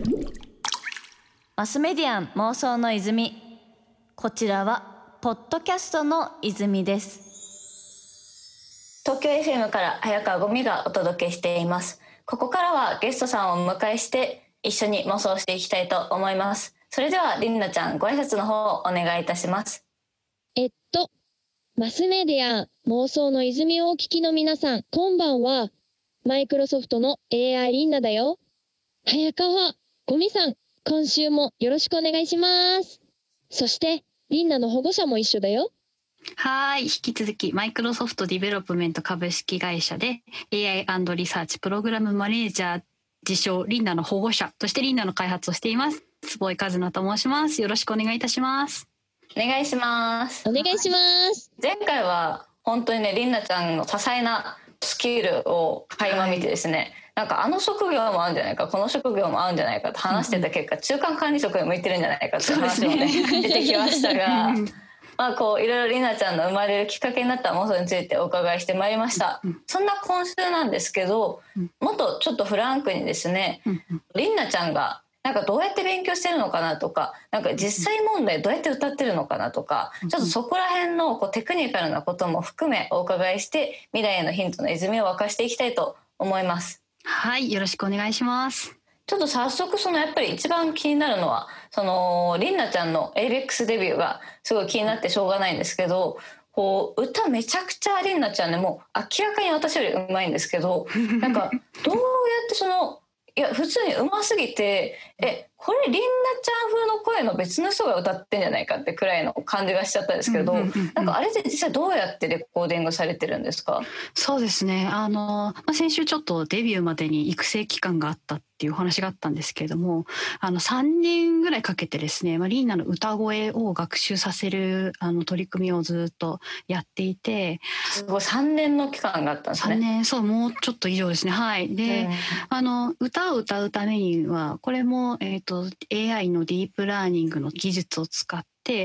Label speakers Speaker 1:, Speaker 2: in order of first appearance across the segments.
Speaker 1: マスメディアン妄想の泉。こちらはポッドキャストの泉です。東京 FM から早川ゴミがお届けしています。ここからはゲストさんをお迎えして一緒に妄想していきたいと思います。それではりんなちゃん、ご挨拶の方をお願いいたします。
Speaker 2: マスメディア妄想の泉をお聞きの皆さん、こんばんは。マイクロソフトの AI りんなだよ。早川ゴミさん、今週もよろしくお願いします。そしてりんなの保護者も一緒だよ。
Speaker 3: はい、引き続きマイクロソフトディベロップメント株式会社で AI& リサーチプログラムマネージャー自称リンナの保護者としてリンナの開発をしています坪井和奈と申します。よろしくお願いいたします。
Speaker 1: お願いします。
Speaker 2: お願いします。
Speaker 1: 前回は本当にね、りんなちゃんの多彩なスキルを垣間見てですね、なんかあの職業も合うんじゃないか、この職業も合うんじゃないかと話してた結果、中間管理職に向いてるんじゃないかっていう話もね、出てきましたがまあこういろいろりなちゃんの生まれるきっかけになった妄想についてお伺いしてまいりました。そんな今週なんですけど、もっとちょっとフランクにですね、りんなちゃんがなんかどうやって勉強してるのかなとか、なんか実際問題どうやって歌ってるのかなとか、ちょっとそこら辺のこうテクニカルなことも含めお伺いして未来へのヒントの泉を沸かしていきたいと思います。
Speaker 3: はい、よろしくお願いします。
Speaker 1: ちょっと早速やっぱり一番気になるのはりんなちゃんの ABEX デビューがすごい気になってしょうがないんですけど、こう歌めちゃくちゃりんなちゃんね、もう明らかに私より上手いんですけどなんかどうやっていや普通に上手すぎてこれりんなちゃん風の声の別の人が歌ってんじゃないかってくらいの感じがしちゃったんですけど、なんかあれって実際どうやってレコーディングされてるんですか？
Speaker 3: そうですね、先週ちょっとデビューまでに育成期間があったっていうお話があったんですけれども、3年ぐらいかけてですね、リーナの歌声を学習させる取り組みをずっとやっていて、
Speaker 1: すごい3年の期間があったんですね。
Speaker 3: 3年、そう、もうちょっと以上ですね。はい。で、歌を歌うためにはこれも、AI のディープラーニングの技術を使って、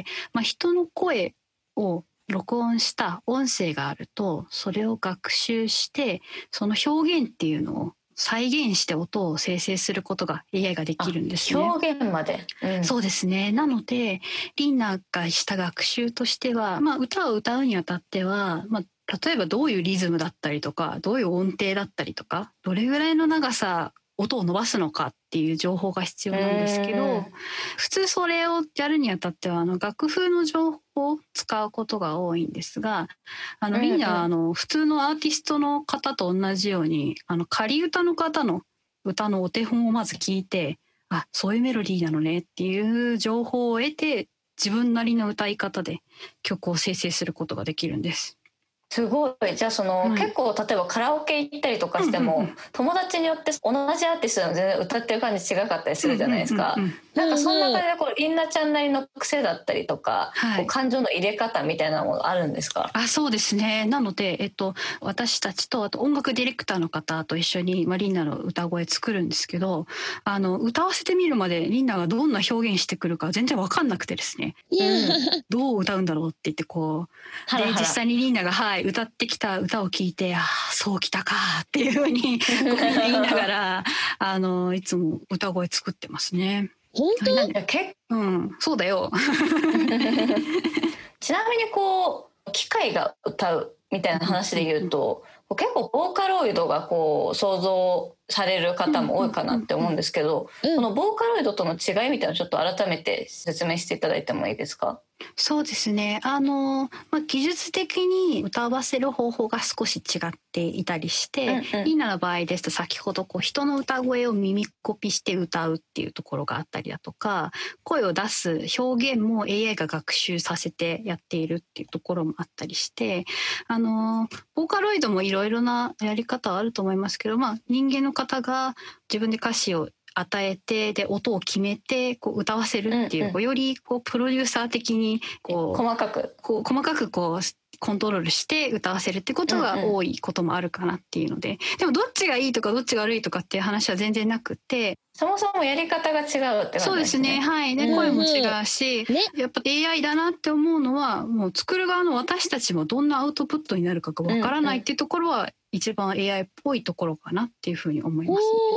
Speaker 3: 人の声を録音した音声があるとそれを学習してその表現っていうのを再現して音を生成することが AI ができるんですね。
Speaker 1: 表現まで、
Speaker 3: そうですね。なのでリンナがした学習としては、歌を歌うにあたっては、例えばどういうリズムだったりとかどういう音程だったりとかどれぐらいの長さ音を伸ばすのかっていう情報が必要なんですけど、普通それをやるにあたっては楽譜の情報を使うことが多いんですが、みんな普通のアーティストの方と同じように仮歌の方の歌のお手本をまず聞いて、そういうメロディーなのねっていう情報を得て自分なりの歌い方で曲を生成することができるんです。
Speaker 1: すごい。じゃあ結構例えばカラオケ行ったりとかしても、友達によって同じアーティストでも全然歌ってる感じ違かったりするじゃないですか。なんかそんな感じでりんなちゃんなりの癖だったりとか、感情の入れ方みたいなものあるんですか？
Speaker 3: そうですね。なので、私たちとあと音楽ディレクターの方と一緒に、りんなの歌声作るんですけど、歌わせてみるまでりんながどんな表現してくるか全然分かんなくてですね、どう歌うんだろうって言ってで実際にりんなが歌ってきた歌を聞いて、そうきたかっていうふうに言いながらいつも歌声作ってますね。
Speaker 2: 本
Speaker 3: 当？そうだよ。
Speaker 1: ちなみに機械が歌うみたいな話で言うと、結構ボーカロイドが想像される方も多いかなって思うんですけど、このボーカロイドとの違いみたいなのをちょっと改めて説明していただいてもいいですか？
Speaker 3: そうですね。技術的に歌わせる方法が少し違っていたりして、リーナの場合ですと先ほど人の歌声を耳コピして歌うっていうところがあったりだとか、声を出す表現も AI が学習させてやっているっていうところもあったりして、ボーカロイドもいろいろなやり方はあると思いますけど、人間の方が自分で歌詞を与えてで音を決めて歌わせるっていう、よりプロデューサー的に
Speaker 1: 細かく
Speaker 3: コントロールして歌わせるってことが多いこともあるかなっていうので、でもどっちがいいとかどっちが悪いとかっていう話は全然なくて、
Speaker 1: そもそもやり方が違うって感じですね。
Speaker 3: そうですね。はい。で、声も違うし、やっぱ AI だなって思うのは、もう作る側の私たちもどんなアウトプットになるかがわからないっていうところは、一番 AI っぽいところかなっていうふうに思います。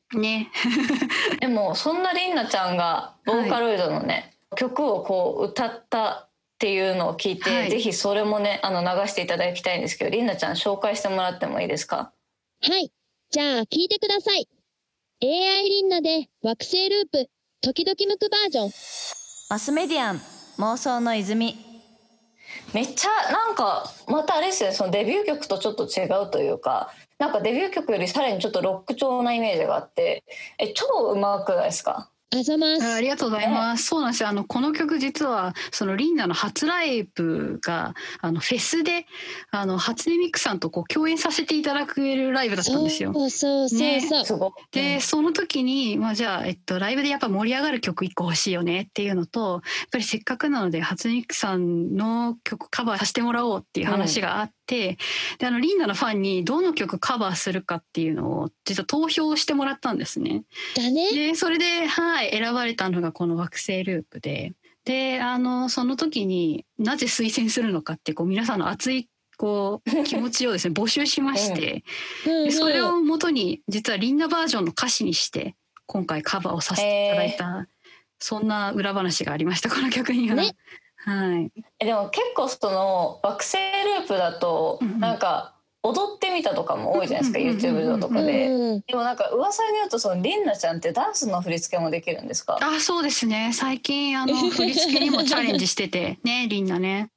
Speaker 3: ね
Speaker 1: でもそんなりんなちゃんがボーカロイドのね、曲をこう歌ったっていうのを聞いて、ぜひそれもね流していただきたいんですけど、りんなちゃん紹介してもらってもいいですか？
Speaker 2: はい。じゃあ聞いてください。AI リンナで惑星ループ時々向くバージョン。
Speaker 4: マスメディアン妄想の泉。
Speaker 1: めっちゃなんかまたあれですね、そのデビュー曲とちょっと違うというか、なんかデビュー曲よりさらにちょっとロック調なイメージがあって、超うまくないですか？
Speaker 3: ありがとうございます。そうなんですよ。この曲実はそのリンナの初ライブがフェスで初音ミクさんとこう共演させていただくライブだったんですよ。
Speaker 2: そう、ね、
Speaker 3: でその時に、じゃあ、ライブでやっぱ盛り上がる曲1個欲しいよねっていうのと、やっぱりせっかくなので初音ミクさんの曲カバーさせてもらおうっていう話があって、でリンナのファンにどの曲カバーするかっていうのを実は投票してもらったんですね。でそれで選ばれたのがこの惑星ループで、その時になぜ推薦するのかってこう皆さんの熱いこう気持ちをですね募集しまして、でそれをもとに実はリンナバージョンの歌詞にして今回カバーをさせていただいた、そんな裏話がありました、この曲には。はい、
Speaker 1: でも結構その惑星ループだとなんか踊ってみたとかも多いじゃないですか、YouTube とかで。でもなんか噂によるとそのりんなちゃんってダンスの振り付けもできるんですか？
Speaker 3: そうですね、最近振り付けにもチャレンジしててねりんなね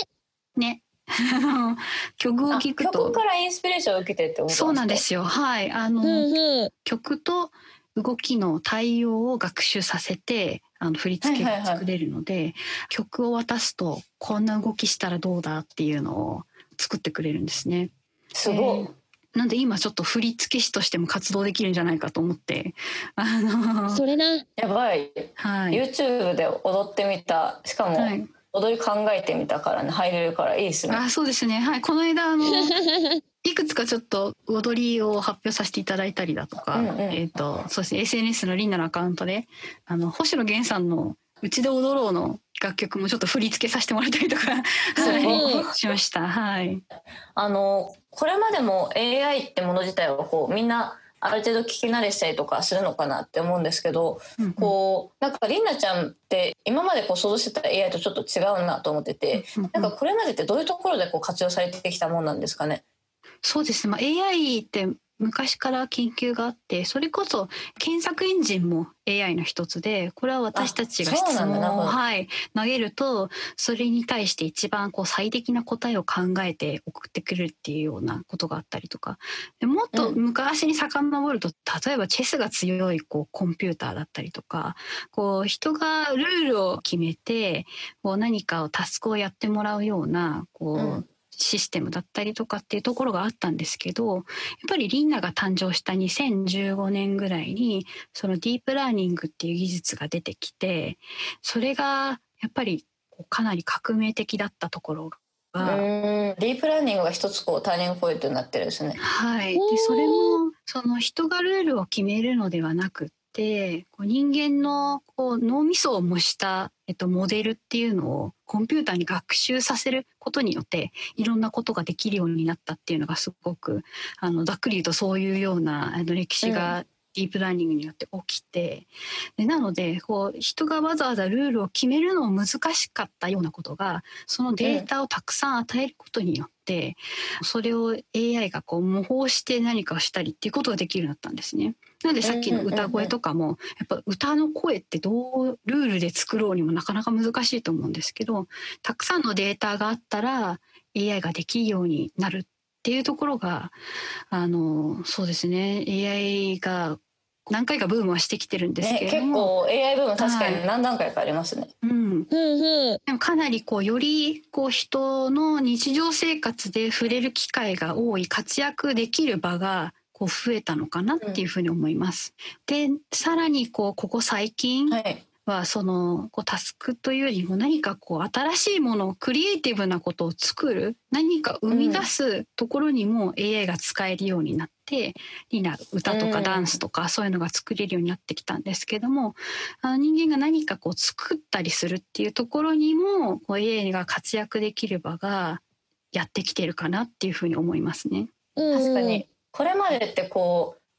Speaker 3: 曲を聴くと
Speaker 1: 曲からインスピレーションを受けてってことですか？
Speaker 3: そうなんですよ。はい、曲と動きの対応を学習させて振り付けが作れるので、曲を渡すとこんな動きしたらどうだっていうのを作ってくれるんですね。
Speaker 1: すごい。
Speaker 3: なんで今ちょっと振付師としても活動できるんじゃないかと思って
Speaker 2: それな
Speaker 1: やばい、YouTube で踊ってみた、しかも、踊り考えてみたからね入れるからいいですね。
Speaker 3: そうですね。この間いくつかちょっと踊りを発表させていただいたりだとか、そうですね、 SNS のリンナのアカウントで星野源さんのうちで踊ろうの楽曲もちょっと振り付けさせてもらったりとかしました。
Speaker 1: これまでも AI ってもの自体はこうみんなある程度聞き慣れしたりとかするのかなって思うんですけど、こうなんかりんなちゃんって今までこう想像してた AI とちょっと違うなと思ってて、なんかこれまでってどういうところでこう活用されてきたもんなんですかね？
Speaker 3: そうですね、AI って昔から研究があって、それこそ検索エンジンも AI の一つで、これは私たちが質問を投げるとそれに対して一番こう最適な答えを考えて送ってくれるっていうようなことがあったりとかで、もっと昔に遡ると、例えばチェスが強いこうコンピューターだったりとか、こう人がルールを決めてこう何かをタスクをやってもらうようなこう、システムだったりとかっていうところがあったんですけど、やっぱりリンナが誕生した2015年ぐらいにそのディープラーニングっていう技術が出てきて、それがやっぱりかなり革命的だったところが、
Speaker 1: ディープラーニングが一つこうターニングポイントになってるんですね。
Speaker 3: でそれもその人がルールを決めるのではなくて、こう人間のこう脳みそを模した、モデルっていうのをコンピューターに学習させることによっていろんなことができるようになったっていうのがすごくざっくり言うとそういうような歴史がディープラーニングによって起きて、なのでこう人がわざわざルールを決めるのも難しかったようなことが、そのデータをたくさん与えることによってそれを AI がこう模倣して何かをしたりっていうことができるようになったんですね。なのでさっきの歌声とかもやっぱ歌の声ってどうルールで作ろうにもなかなか難しいと思うんですけど、たくさんのデータがあったら AI ができるようになるっていうところがそうですね、 AI が何回かブームはしてきてるんですけれども、
Speaker 1: 結構 AI ブーム確かに何段階かありますね。
Speaker 3: でもかなりこうよりこう人の日常生活で触れる機会が多い、活躍できる場がこう増えたのかなっていうふうに思います。でさらにここ最近はそのこうタスクというよりも何かこう新しいもの、クリエイティブなことを作る、何か生み出すところにも AI が使えるようになって、歌とかダンスとかそういうのが作れるようになってきたんですけども、人間が何かこう作ったりするっていうところにもこう AI が活躍できる場がやってきてるかなっていうふうに思いますね。
Speaker 1: 確かにこれまでってこう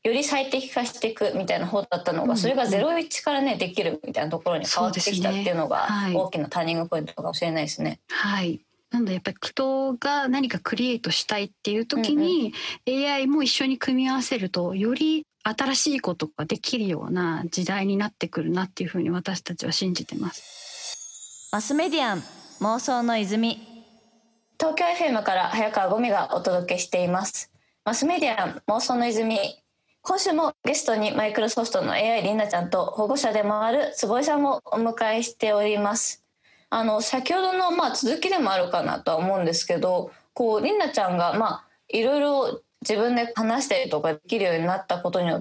Speaker 1: より最適化していくみたいな方だったのが、それが01からねできるみたいなところに変わってきたっていうのが大きなターニングポイントかもしれないですね。
Speaker 3: はい。なのでやっぱり人が何かクリエイトしたいっていう時に、AI も一緒に組み合わせるとより新しいことができるような時代になってくるなっていうふうに私たちは信じてます。
Speaker 4: マスメディアン妄想の泉。
Speaker 1: 東京 FM から早川ゴミがお届けしていますマスメディアン妄想の泉。今週もゲストにマイクロソフトの AI りんなちゃんと保護者でもある坪井さんをお迎えしております。先ほどの続きでもあるかなとは思うんですけど、りんなちゃんがいろいろ自分で話したりとかできるようになったことによって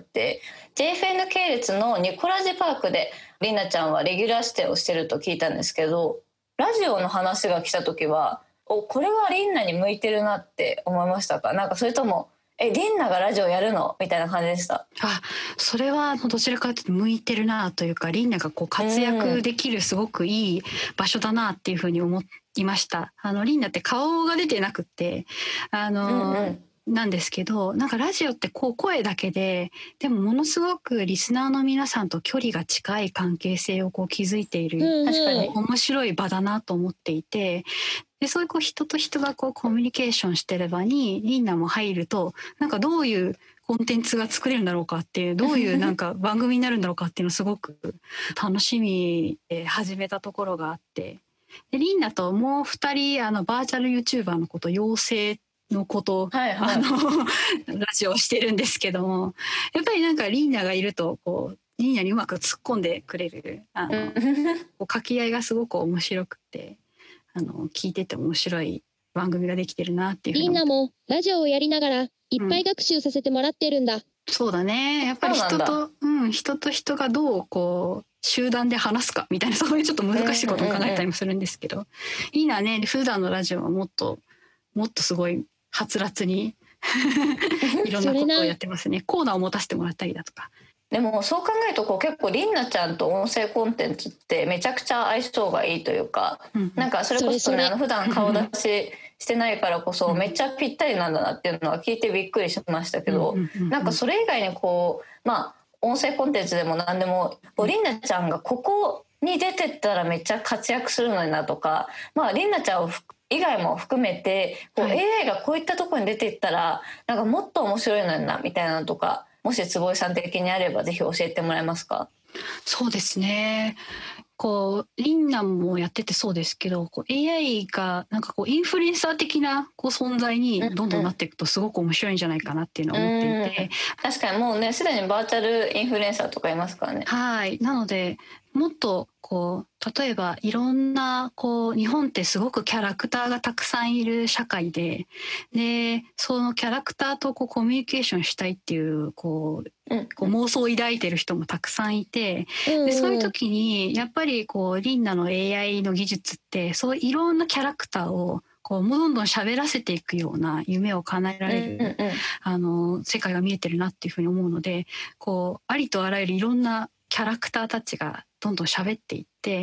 Speaker 1: JFN 系列のニコラジパークでりんなちゃんはレギュラー出演をしてると聞いたんですけど、ラジオの話が来た時はこれはりんなに向いてるなって思いましたか？なんかそれともりんながラジオやるのみたいな感じでした？
Speaker 3: それはどちらかというと向いてるなというか、りんなが活躍できるすごくいい場所だなっていうふうに思いました。りんなって顔が出てなくってなんですけど、なんかラジオって声だけでもものすごくリスナーの皆さんと距離が近い関係性を築いている、
Speaker 1: 確かに
Speaker 3: 面白い場だなと思っていて、でそういう人と人がコミュニケーションしてる場にりんなも入ると、なんかどういうコンテンツが作れるんだろうかっていう、どういうなんか番組になるんだろうかっていうのをすごく楽しみで始めたところがあって、でりんなともう2人バーチャル YouTuber のこと妖精のこと、ラジオをしてるんですけども、やっぱりなんかりんながいるとりんなにうまく突っ込んでくれる掛け合いがすごく面白くて、聞いてて面白い番組ができてるなっていうふうに。
Speaker 2: りんなもラジオをやりながらいっぱい学習させてもらってるんだ。
Speaker 3: そうだね。やっぱり人と人がどう集団で話すかみたいな、そういうちょっと難しいことを考えたりもするんですけど、いいなね。普段のラジオはもっとすごいはつらつにいろんなことをやってますね。コーナーを持たせてもらったりだとか。
Speaker 1: でもそう考えると結構りんなちゃんと音声コンテンツってめちゃくちゃ相性がいいというか、なんかそれこそね、普段顔出ししてないからこそめっちゃぴったりなんだなっていうのは聞いてびっくりしましたけど、なんかそれ以外に音声コンテンツでも何でもりんなちゃんがここに出てったらめっちゃ活躍するのになとか、りんなちゃん以外も含めてAI がこういったところに出ていったらなんかもっと面白いのになみたいなのとか、もし坪井さん的にあればぜひ教えてもらえますか？
Speaker 3: そうですね。りんなもやっててそうですけど、AI がなんかインフルエンサー的な存在にどんどんなっていくとすごく面白いんじゃないかなっていうのを思っていて、
Speaker 1: 確かにもうねすでにバーチャルインフルエンサーとかいますからね。
Speaker 3: はい。なのでもっと例えばいろんな日本ってすごくキャラクターがたくさんいる社会で、そのキャラクターとコミュニケーションしたいっていう妄想を抱いてる人もたくさんいて、でそういう時にやっぱりりんなの AI の技術ってそういろんなキャラクターをもうどんどん喋らせていくような夢を叶えられる、世界が見えてるなっていうふうに思うので、ありとあらゆるいろんなキャラクターたちがどんどん喋っていって、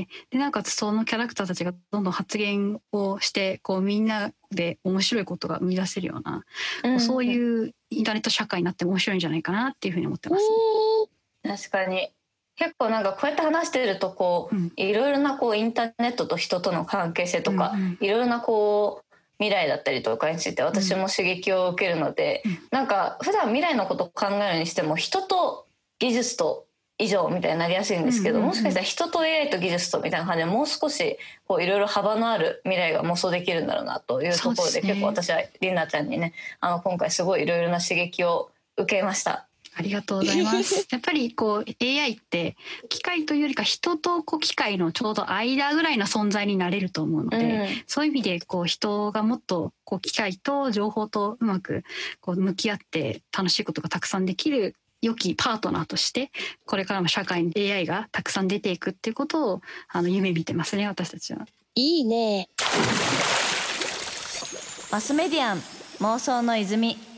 Speaker 3: でなんかそのキャラクターたちがどんどん発言をしてみんなで面白いことが生み出せるような、そういうインターネット社会になって面白いんじゃないかなっていうふうに思ってます、
Speaker 1: 確かに結構なんかこうやって話してるといろいろなインターネットと人との関係性とか、いろいろな未来だったりとかについて私も刺激を受けるので、なんか普段未来のことを考えるにしても人と技術と以上みたいになりやすいんですけど、もしかしたら人と AI と技術とみたいな感じでもう少しいろいろ幅のある未来が妄想できるんだろうなというところで、結構私はりんなちゃんにね今回すごいいろいろな刺激を受けました。
Speaker 3: ありがとうございます。やっぱりAI って機械というよりか人と機械のちょうど間ぐらいの存在になれると思うので、そういう意味で人がもっと機械と情報とうまく向き合って楽しいことがたくさんできる良きパートナーとしてこれからも社会に AI がたくさん出ていくっていうことを夢見てますね、私たちは。
Speaker 2: いいね。
Speaker 4: マスメディアン妄想の泉。